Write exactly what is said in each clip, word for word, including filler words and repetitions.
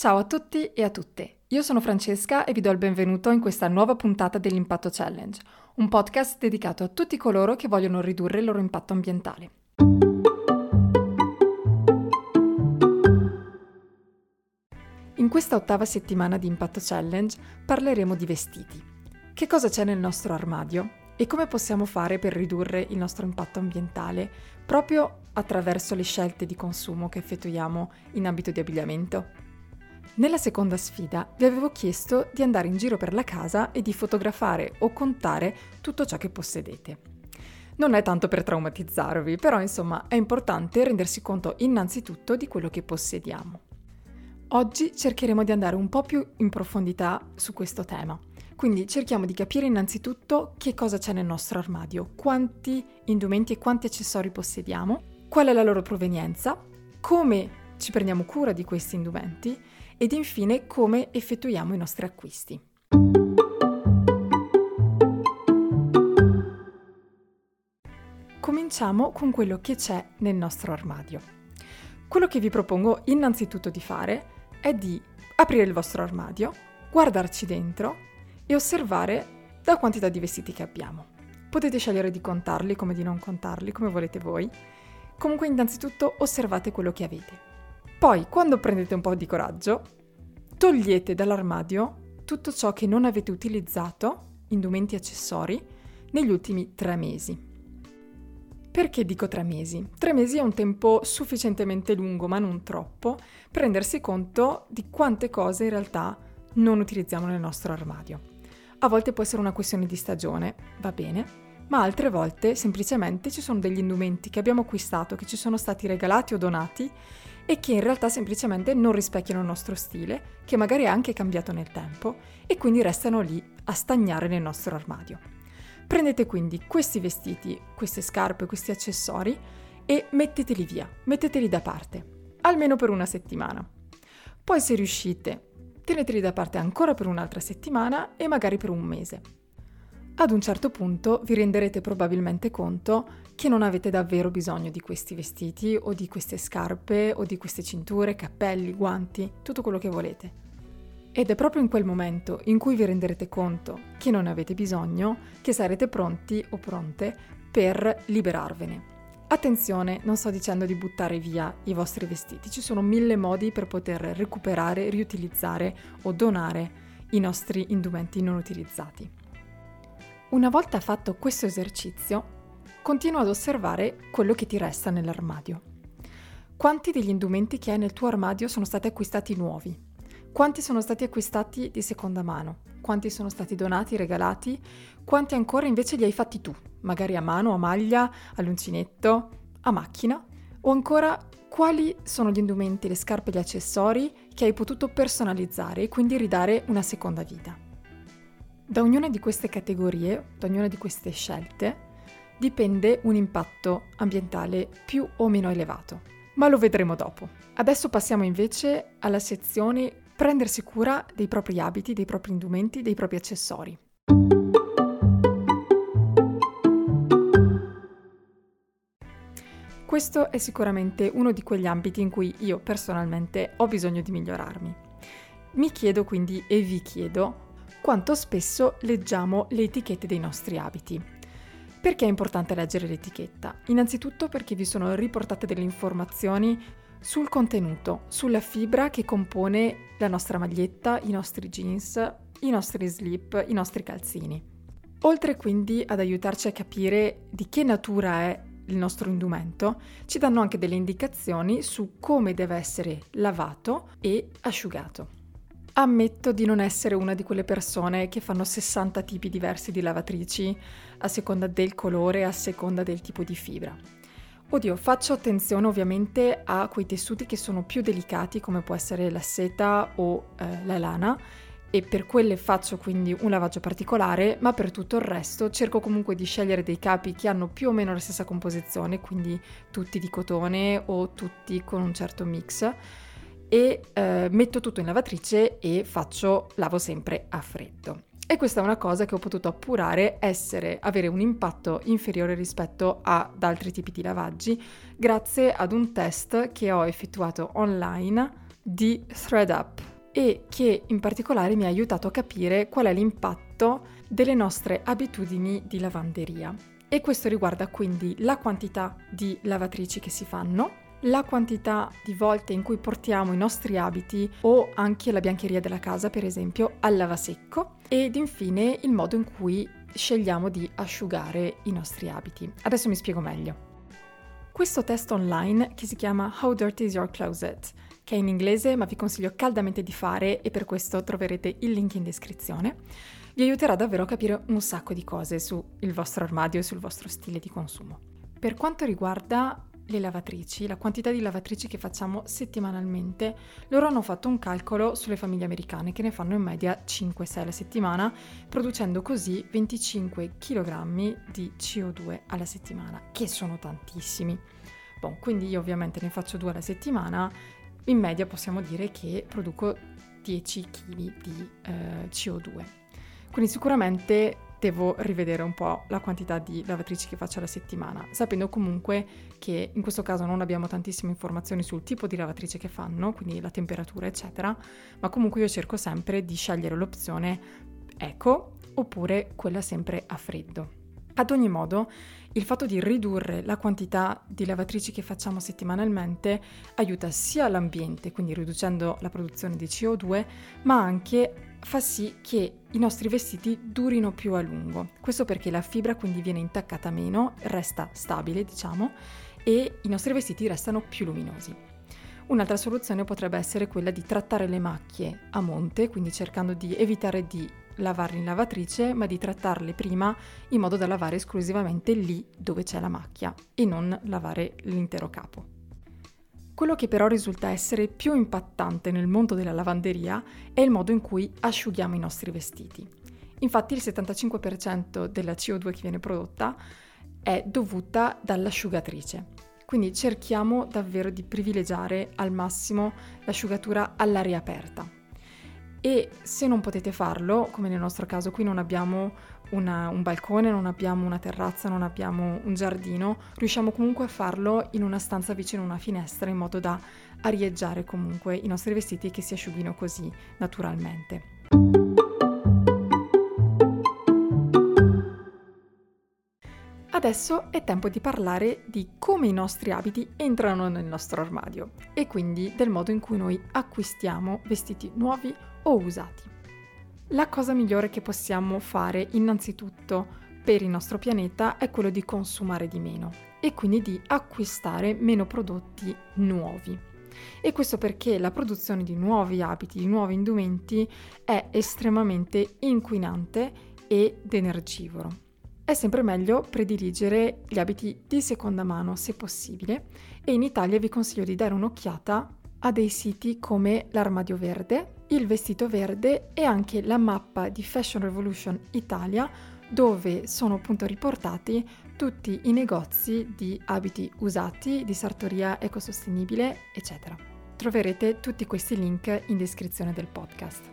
Ciao a tutti e a tutte, io sono Francesca e vi do il benvenuto in questa nuova puntata dell'Impatto Challenge, un podcast dedicato a tutti coloro che vogliono ridurre il loro impatto ambientale. In questa ottava settimana di Impatto Challenge parleremo di vestiti. Che cosa c'è nel nostro armadio e come possiamo fare per ridurre il nostro impatto ambientale proprio attraverso le scelte di consumo che effettuiamo in ambito di abbigliamento. Nella seconda sfida vi avevo chiesto di andare in giro per la casa e di fotografare o contare tutto ciò che possedete. Non è tanto per traumatizzarvi, però insomma è importante rendersi conto innanzitutto di quello che possediamo. Oggi cercheremo di andare un po' più in profondità su questo tema, quindi cerchiamo di capire innanzitutto che cosa c'è nel nostro armadio, quanti indumenti e quanti accessori possediamo, qual è la loro provenienza, come ci prendiamo cura di questi indumenti ed infine come effettuiamo i nostri acquisti. Cominciamo con quello che c'è nel nostro armadio. Quello che vi propongo innanzitutto di fare è di aprire il vostro armadio, guardarci dentro e osservare la quantità di vestiti che abbiamo. Potete scegliere di contarli come di non contarli, come volete voi. Comunque innanzitutto osservate quello che avete. Poi, quando prendete un po' di coraggio, togliete dall'armadio tutto ciò che non avete utilizzato, indumenti e accessori, negli ultimi tre mesi. Perché dico tre mesi? Tre mesi è un tempo sufficientemente lungo, ma non troppo, per rendersi conto di quante cose in realtà non utilizziamo nel nostro armadio. A volte può essere una questione di stagione, va bene, ma altre volte semplicemente ci sono degli indumenti che abbiamo acquistato, che ci sono stati regalati o donati e che in realtà semplicemente non rispecchiano il nostro stile, che magari è anche cambiato nel tempo e quindi restano lì a stagnare nel nostro armadio. Prendete quindi questi vestiti, queste scarpe, questi accessori e metteteli via, metteteli da parte, almeno per una settimana. Poi se riuscite, teneteli da parte ancora per un'altra settimana e magari per un mese. Ad un certo punto vi renderete probabilmente conto che non avete davvero bisogno di questi vestiti o di queste scarpe o di queste cinture, cappelli, guanti, tutto quello che volete. Ed è proprio in quel momento in cui vi renderete conto che non ne avete bisogno che sarete pronti o pronte per liberarvene. Attenzione, non sto dicendo di buttare via i vostri vestiti, ci sono mille modi per poter recuperare, riutilizzare o donare i nostri indumenti non utilizzati. Una volta fatto questo esercizio, continua ad osservare quello che ti resta nell'armadio. Quanti degli indumenti che hai nel tuo armadio sono stati acquistati nuovi? Quanti sono stati acquistati di seconda mano? Quanti sono stati donati, regalati? Quanti ancora invece li hai fatti tu? Magari a mano, a maglia, all'uncinetto, a macchina? O ancora, quali sono gli indumenti, le scarpe e gli accessori che hai potuto personalizzare e quindi ridare una seconda vita? Da ognuna di queste categorie, da ognuna di queste scelte, dipende un impatto ambientale più o meno elevato, ma lo vedremo dopo. Adesso passiamo invece alla sezione prendersi cura dei propri abiti, dei propri indumenti, dei propri accessori. Questo è sicuramente uno di quegli ambiti in cui io personalmente ho bisogno di migliorarmi. Mi chiedo quindi e vi chiedo quanto spesso leggiamo le etichette dei nostri abiti. Perché è importante leggere l'etichetta? Innanzitutto perché vi sono riportate delle informazioni sul contenuto, sulla fibra che compone la nostra maglietta, i nostri jeans, i nostri slip, i nostri calzini. Oltre quindi ad aiutarci a capire di che natura è il nostro indumento, ci danno anche delle indicazioni su come deve essere lavato e asciugato. Ammetto di non essere una di quelle persone che fanno sessanta tipi diversi di lavatrici a seconda del colore, a seconda del tipo di fibra. Oddio, faccio attenzione ovviamente a quei tessuti che sono più delicati come può essere la seta o eh, la lana e per quelle faccio quindi un lavaggio particolare, ma per tutto il resto cerco comunque di scegliere dei capi che hanno più o meno la stessa composizione, quindi tutti di cotone o tutti con un certo mix e eh, metto tutto in lavatrice e faccio lavo sempre a freddo. E questa è una cosa che ho potuto appurare essere, avere un impatto inferiore rispetto ad altri tipi di lavaggi grazie ad un test che ho effettuato online di ThreadUp. e che in particolare mi ha aiutato a capire qual è l'impatto delle nostre abitudini di lavanderia. E questo riguarda quindi la quantità di lavatrici che si fanno, la quantità di volte in cui portiamo i nostri abiti o anche la biancheria della casa, per esempio, al lavasecco, ed infine il modo in cui scegliamo di asciugare i nostri abiti. Adesso mi spiego meglio. Questo test online, che si chiama How Dirty is Your Closet, che è in inglese ma vi consiglio caldamente di fare e per questo troverete il link in descrizione, vi aiuterà davvero a capire un sacco di cose sul vostro armadio e sul vostro stile di consumo. Per quanto riguarda le lavatrici, la quantità di lavatrici che facciamo settimanalmente, loro hanno fatto un calcolo sulle famiglie americane che ne fanno in media cinque sei alla settimana, producendo così venticinque chilogrammi di C O due alla settimana, che sono tantissimi. Bon, quindi io ovviamente ne faccio due alla settimana, in media possiamo dire che produco dieci chili di eh, C O due. Quindi sicuramente devo rivedere un po' la quantità di lavatrici che faccio alla settimana, sapendo comunque che in questo caso non abbiamo tantissime informazioni sul tipo di lavatrice che fanno, quindi la temperatura eccetera, ma comunque io cerco sempre di scegliere l'opzione eco oppure quella sempre a freddo. Ad ogni modo, il fatto di ridurre la quantità di lavatrici che facciamo settimanalmente aiuta sia l'ambiente, quindi riducendo la produzione di C O due, ma anche fa sì che i nostri vestiti durino più a lungo. Questo perché la fibra quindi viene intaccata meno, resta stabile, diciamo, e i nostri vestiti restano più luminosi. Un'altra soluzione potrebbe essere quella di trattare le macchie a monte, quindi cercando di evitare di lavarle in lavatrice, ma di trattarle prima in modo da lavare esclusivamente lì dove c'è la macchia e non lavare l'intero capo. Quello che però risulta essere più impattante nel mondo della lavanderia è il modo in cui asciughiamo i nostri vestiti. Infatti il settantacinque per cento della C O due che viene prodotta è dovuta dall'asciugatrice. Quindi cerchiamo davvero di privilegiare al massimo l'asciugatura all'aria aperta. E se non potete farlo, come nel nostro caso qui non abbiamo una, un balcone, non abbiamo una terrazza, non abbiamo un giardino, riusciamo comunque a farlo in una stanza vicino a una finestra in modo da arieggiare comunque i nostri vestiti e che si asciughino così naturalmente. Adesso è tempo di parlare di come i nostri abiti entrano nel nostro armadio e quindi del modo in cui noi acquistiamo vestiti nuovi o usati. La cosa migliore che possiamo fare innanzitutto per il nostro pianeta è quello di consumare di meno e quindi di acquistare meno prodotti nuovi. E questo perché la produzione di nuovi abiti, di nuovi indumenti è estremamente inquinante ed energivoro. È sempre meglio prediligere gli abiti di seconda mano se possibile e in Italia vi consiglio di dare un'occhiata a dei siti come l'Armadio Verde, il Vestito Verde e anche la mappa di Fashion Revolution Italia, dove sono appunto riportati tutti i negozi di abiti usati, di sartoria ecosostenibile, eccetera. Troverete tutti questi link in descrizione del podcast.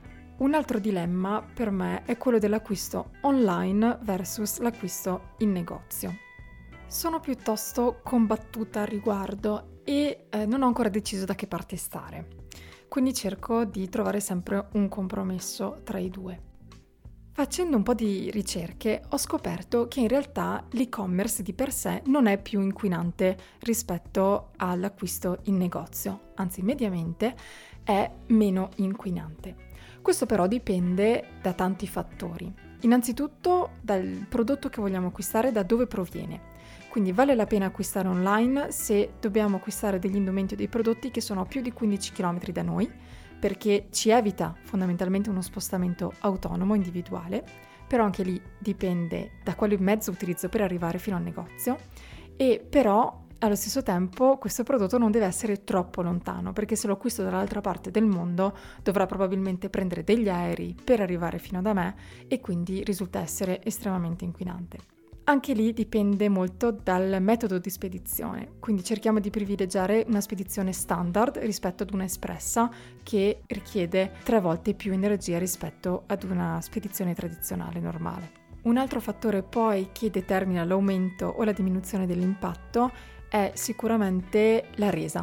Un altro dilemma per me è quello dell'acquisto online versus l'acquisto in negozio. Sono piuttosto combattuta al riguardo e eh, non ho ancora deciso da che parte stare, quindi cerco di trovare sempre un compromesso tra i due. Facendo un po' di ricerche ho scoperto che in realtà l'e-commerce di per sé non è più inquinante rispetto all'acquisto in negozio, anzi mediamente è meno inquinante. Questo però dipende da tanti fattori. Innanzitutto dal prodotto che vogliamo acquistare, da dove proviene. Quindi vale la pena acquistare online se dobbiamo acquistare degli indumenti o dei prodotti che sono a più di quindici chilometri da noi, perché ci evita fondamentalmente uno spostamento autonomo, individuale, però anche lì dipende da quale mezzo utilizzo per arrivare fino al negozio, e però allo stesso tempo questo prodotto non deve essere troppo lontano, perché se lo acquisto dall'altra parte del mondo dovrà probabilmente prendere degli aerei per arrivare fino da me e quindi risulta essere estremamente inquinante. Anche lì dipende molto dal metodo di spedizione, quindi cerchiamo di privilegiare una spedizione standard rispetto ad una espressa che richiede tre volte più energia rispetto ad una spedizione tradizionale normale. Un altro fattore poi che determina l'aumento o la diminuzione dell'impatto è sicuramente la resa.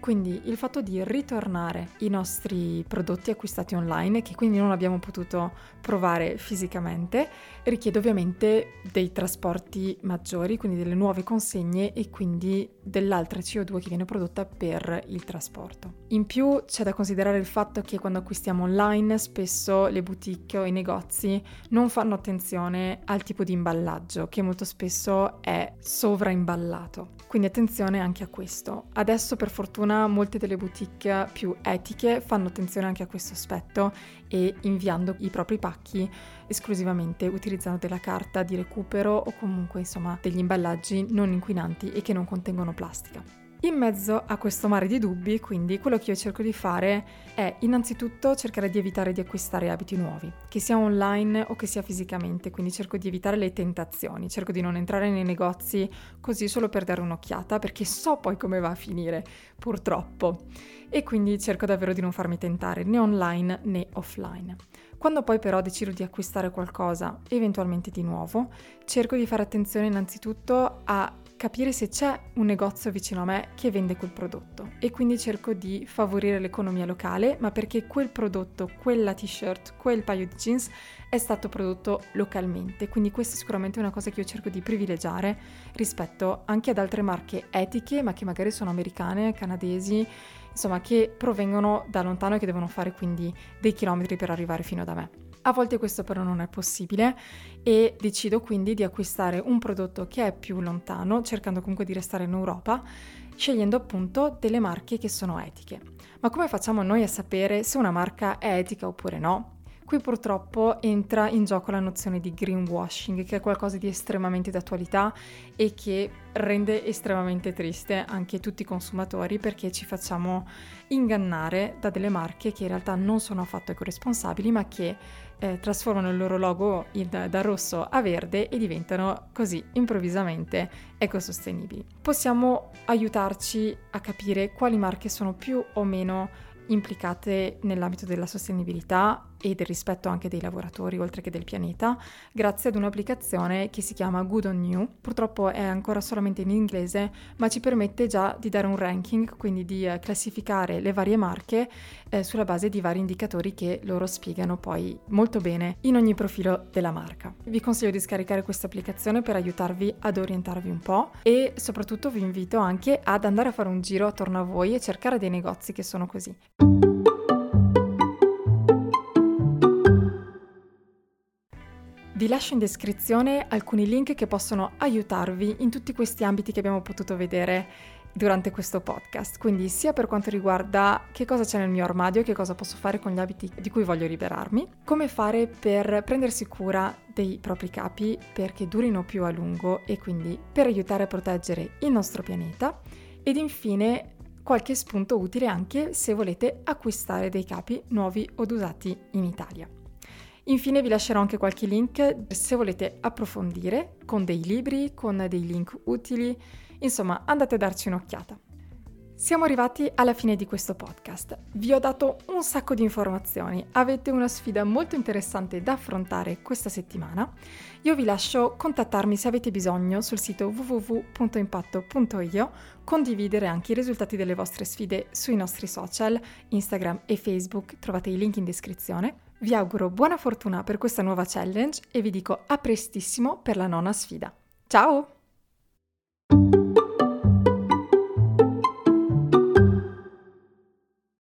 Quindi il fatto di ritornare i nostri prodotti acquistati online, che quindi non abbiamo potuto provare fisicamente, richiede ovviamente dei trasporti maggiori, quindi delle nuove consegne e quindi dell'altra C O due che viene prodotta per il trasporto. In più c'è da considerare il fatto che quando acquistiamo online spesso le boutique o i negozi non fanno attenzione al tipo di imballaggio, che molto spesso è sovraimballato. Quindi attenzione anche a questo. Adesso per fortuna molte delle boutique più etiche fanno attenzione anche a questo aspetto e inviando i propri pacchi esclusivamente utilizzando della carta di recupero o comunque insomma degli imballaggi non inquinanti e che non contengono plastica. In mezzo a questo mare di dubbi, quindi, quello che io cerco di fare è innanzitutto cercare di evitare di acquistare abiti nuovi, che sia online o che sia fisicamente, quindi cerco di evitare le tentazioni, cerco di non entrare nei negozi così solo per dare un'occhiata, perché so poi come va a finire, purtroppo, e quindi cerco davvero di non farmi tentare né online né offline. Quando poi però decido di acquistare qualcosa, eventualmente di nuovo, cerco di fare attenzione innanzitutto a capire se c'è un negozio vicino a me che vende quel prodotto e quindi cerco di favorire l'economia locale, ma perché quel prodotto, quella t-shirt, quel paio di jeans è stato prodotto localmente, quindi questa è sicuramente una cosa che io cerco di privilegiare rispetto anche ad altre marche etiche, ma che magari sono americane, canadesi, insomma che provengono da lontano e che devono fare quindi dei chilometri per arrivare fino da me. A volte questo però non è possibile e decido quindi di acquistare un prodotto che è più lontano, cercando comunque di restare in Europa, scegliendo appunto delle marche che sono etiche. Ma come facciamo noi a sapere se una marca è etica oppure no? Qui purtroppo entra in gioco la nozione di greenwashing, che è qualcosa di estremamente d'attualità e che rende estremamente triste anche tutti i consumatori, perché ci facciamo ingannare da delle marche che in realtà non sono affatto ecoresponsabili, ma che eh, trasformano il loro logo in, da rosso a verde e diventano così improvvisamente ecosostenibili. Possiamo aiutarci a capire quali marche sono più o meno implicate nell'ambito della sostenibilità e del rispetto anche dei lavoratori oltre che del pianeta, grazie ad un'applicazione che si chiama Good on You. Purtroppo è ancora solamente in inglese, ma ci permette già di dare un ranking, quindi di eh, classificare le varie marche eh, sulla base di vari indicatori che loro spiegano poi molto bene in ogni profilo della marca. Vi consiglio di scaricare questa applicazione per aiutarvi ad orientarvi un po' e soprattutto vi invito anche ad andare a fare un giro attorno a voi e cercare dei negozi che sono così. Vi lascio in descrizione alcuni link che possono aiutarvi in tutti questi ambiti che abbiamo potuto vedere durante questo podcast, quindi sia per quanto riguarda che cosa c'è nel mio armadio, che cosa posso fare con gli abiti di cui voglio liberarmi, come fare per prendersi cura dei propri capi perché durino più a lungo e quindi per aiutare a proteggere il nostro pianeta, ed infine qualche spunto utile anche se volete acquistare dei capi nuovi od usati in Italia. Infine vi lascerò anche qualche link se volete approfondire con dei libri, con dei link utili, insomma andate a darci un'occhiata. Siamo arrivati alla fine di questo podcast. Vi ho dato un sacco di informazioni, avete una sfida molto interessante da affrontare questa settimana. Io vi lascio contattarmi se avete bisogno sul sito w w w punto impatto punto i o, condividere anche i risultati delle vostre sfide sui nostri social, Instagram e Facebook, trovate i link in descrizione. Vi auguro buona fortuna per questa nuova challenge e vi dico a prestissimo per la nona sfida. Ciao!